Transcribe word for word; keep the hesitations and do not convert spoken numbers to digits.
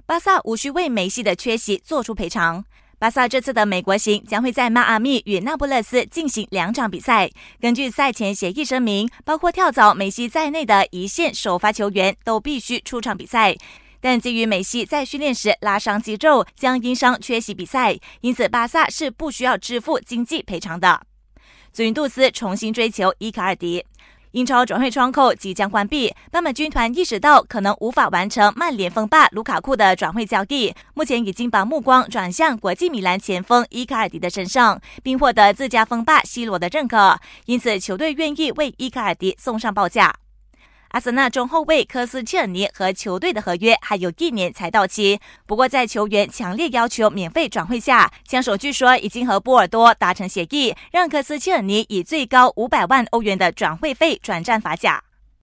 巴萨无需为梅西的缺席做出赔偿。巴萨这次的美国行将会在迈阿密与那不勒斯进行两场比赛。根据赛前协议声明，包括跳蚤梅西在内的一线首发球员都必须出场比赛。但基于梅西在训练时拉伤肌肉，将因伤缺席比赛，因此巴萨是不需要支付经济赔偿的。祖云杜斯重新追求伊卡尔迪。英超转会窗口即将关闭，斑马军团意识到可能无法完成曼联锋霸卢卡库的转会交易，目前已经把目光转向国际米兰前锋伊卡尔迪的身上，并获得自家锋霸 C 罗的认可，因此球队愿意为伊卡尔迪送上报价。阿森纳中后卫科斯切尔尼和球队的合约还有一年才到期，不过在球员强烈要求免费转会下，枪手据说已经和波尔多达成协议，让科斯切尔尼以最高五百万欧元的转会费转战法甲。